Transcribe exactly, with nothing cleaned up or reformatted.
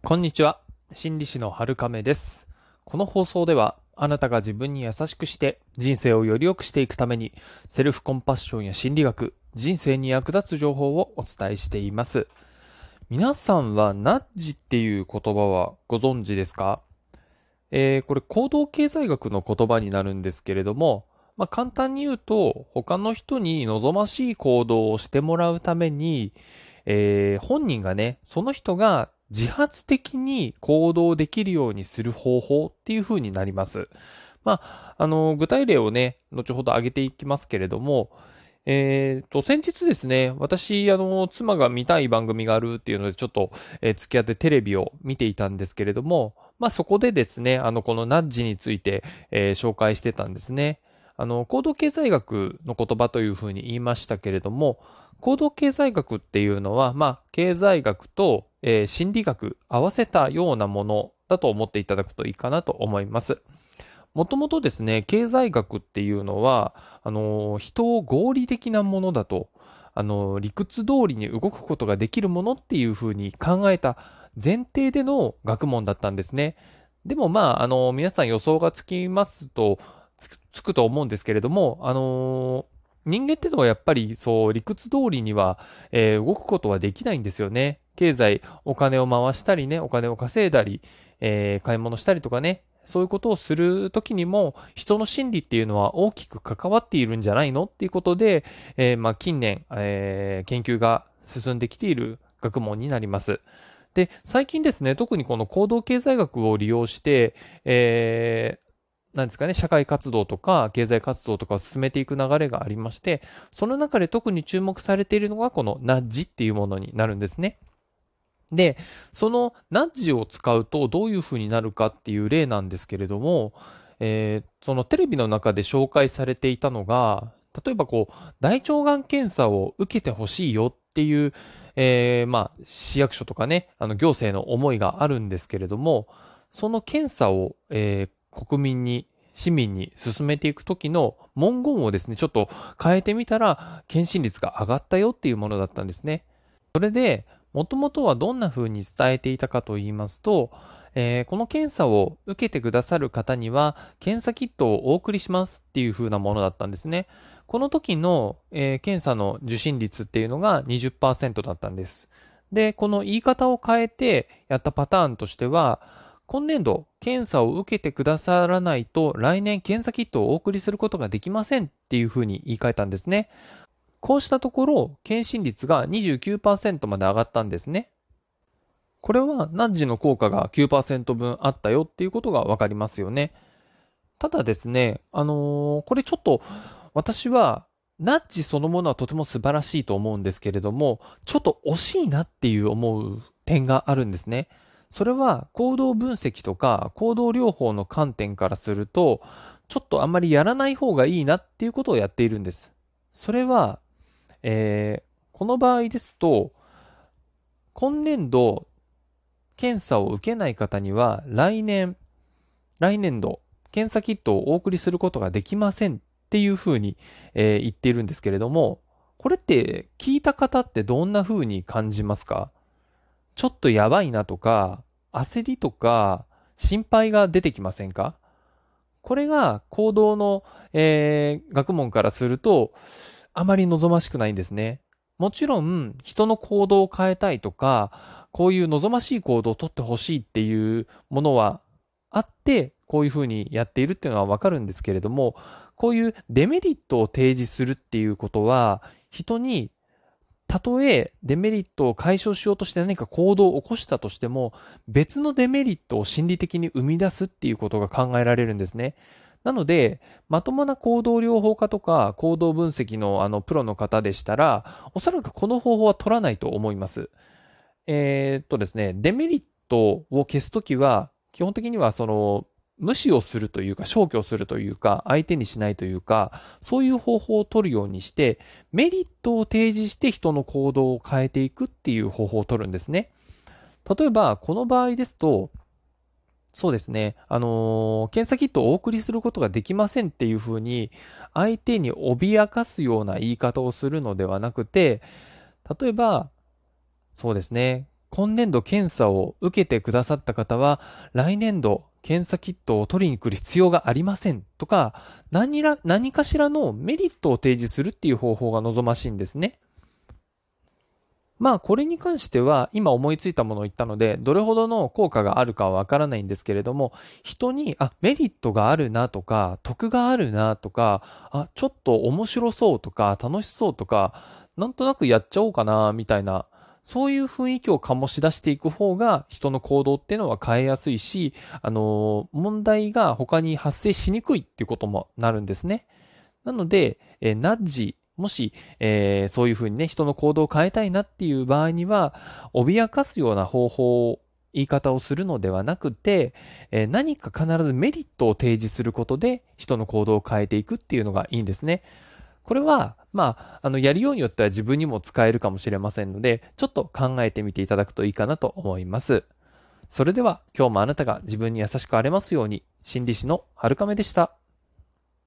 こんにちは。心理師の春亀です。この放送では、あなたが自分に優しくして人生をより良くしていくために、セルフコンパッションや心理学、人生に役立つ情報をお伝えしています。皆さんはナッジっていう言葉はご存知ですか？えーこれ行動経済学の言葉になるんですけれども、まあ、簡単に言うと、他の人に望ましい行動をしてもらうために、えー本人がね、その人が自発的に行動できるようにする方法っていう風になります。まあ、あの、具体例をね、後ほど挙げていきますけれども、えーと、先日ですね、私、あの、妻が見たい番組があるっていうので、ちょっと、えー付き合ってテレビを見ていたんですけれども、まあ、そこでですね、あの、このナッジについて、えー紹介してたんですね。あの、行動経済学の言葉というふうに言いましたけれども、行動経済学っていうのは、まあ、経済学と、えー心理学合わせたようなものだと思っていただくといいかなと思います。もともとですね、経済学っていうのは、あの、人を合理的なものだと、あの、理屈通りに動くことができるものっていうふうに考えた前提での学問だったんですね。でもまあ、あの、皆さん予想がつきますと、つく、つくと思うんですけれども、あの、人間ってのはやっぱりそう理屈通りには、えー動くことはできないんですよね。経済、お金を回したりね、お金を稼いだり、えー買い物したりとかね、そういうことをするときにも、人の心理っていうのは大きく関わっているんじゃないのっていうことで、えーまあ、近年、えー研究が進んできている学問になります。で、最近ですね、特にこの行動経済学を利用して、えーなんですかね、社会活動とか経済活動とかを進めていく流れがありまして、その中で特に注目されているのがこのナッジっていうものになるんですね。で、そのナッジを使うとどういうふうになるかっていう例なんですけれども、えーそのテレビの中で紹介されていたのが、例えばこう、大腸がん検査を受けてほしいよっていう、えーまあ、市役所とかね、あの行政の思いがあるんですけれども、その検査を、えー国民に、市民に進めていくときの文言をですね、ちょっと変えてみたら、検診率が上がったよっていうものだったんですね。それで、もともとはどんな風に伝えていたかと言いますと、えーこの検査を受けてくださる方には、検査キットをお送りしますっていう風なものだったんですね。この時の、えー検査の受診率っていうのがにじゅっパーセントだったんです。で、この言い方を変えてやったパターンとしては、今年度検査を受けてくださらないと来年検査キットをお送りすることができませんっていう風に言い換えたんですね。こうしたところ、検診率がにじゅうきゅうパーセントまで上がったんですね。これはナッジの効果がきゅうパーセント分あったよっていうことがわかりますよね。ただですね、あのーこれちょっと私はナッジそのものはとても素晴らしいと思うんですけれども、ちょっと惜しいなっていう思う点があるんですね。それは行動分析とか行動療法の観点からすると、ちょっとあんまりやらない方がいいなっていうことをやっているんです。それは、えーこの場合ですと、今年度検査を受けない方には来年、来年度検査キットをお送りすることができませんっていうふうに、えー言っているんですけれども、これって聞いた方ってどんなふうに感じますか？ちょっとやばいなとか、焦りとか、心配が出てきませんか？これが行動の、えー学問からすると、あまり望ましくないんですね。もちろん、人の行動を変えたいとか、こういう望ましい行動をとってほしいっていうものはあって、こういうふうにやっているっていうのはわかるんですけれども、こういうデメリットを提示するっていうことは、人にたとえデメリットを解消しようとして何か行動を起こしたとしても、別のデメリットを心理的に生み出すっていうことが考えられるんですね。なので、まともな行動療法家とか行動分析のあのプロの方でしたら、おそらくこの方法は取らないと思います。えーっとですね、デメリットを消すときは、基本的にはその、無視をするというか、消去するというか、相手にしないというか、そういう方法を取るようにして、メリットを提示して人の行動を変えていくっていう方法を取るんですね。例えば、この場合ですと、そうですね、あのー検査キットをお送りすることができませんっていうふうに、相手に脅かすような言い方をするのではなくて、例えば、そうですね。 今年度検査を受けてくださった方は、来年度検査キットを取りに来る必要がありませんとか、何ら、何かしらのメリットを提示するっていう方法が望ましいんですね。まあ、これに関しては、今思いついたものを言ったので、どれほどの効果があるかはわからないんですけれども、人に、あ、メリットがあるなとか、得があるなとか、あ、ちょっと面白そうとか、楽しそうとか、なんとなくやっちゃおうかな、みたいな、そういう雰囲気を醸し出していく方が、人の行動っていうのは変えやすいし、あのー問題が他に発生しにくいっていうこともなるんですね。なので、えーナッジ、もし、えーそういうふうにね、人の行動を変えたいなっていう場合には、脅かすような方法、言い方をするのではなくて、えー何か必ずメリットを提示することで、人の行動を変えていくっていうのがいいんですね。これは、まあ、あの、やりようによっては自分にも使えるかもしれませんので、ちょっと考えてみていただくといいかなと思います。それでは、今日もあなたが自分に優しくあれますように、心理師の春亀でした。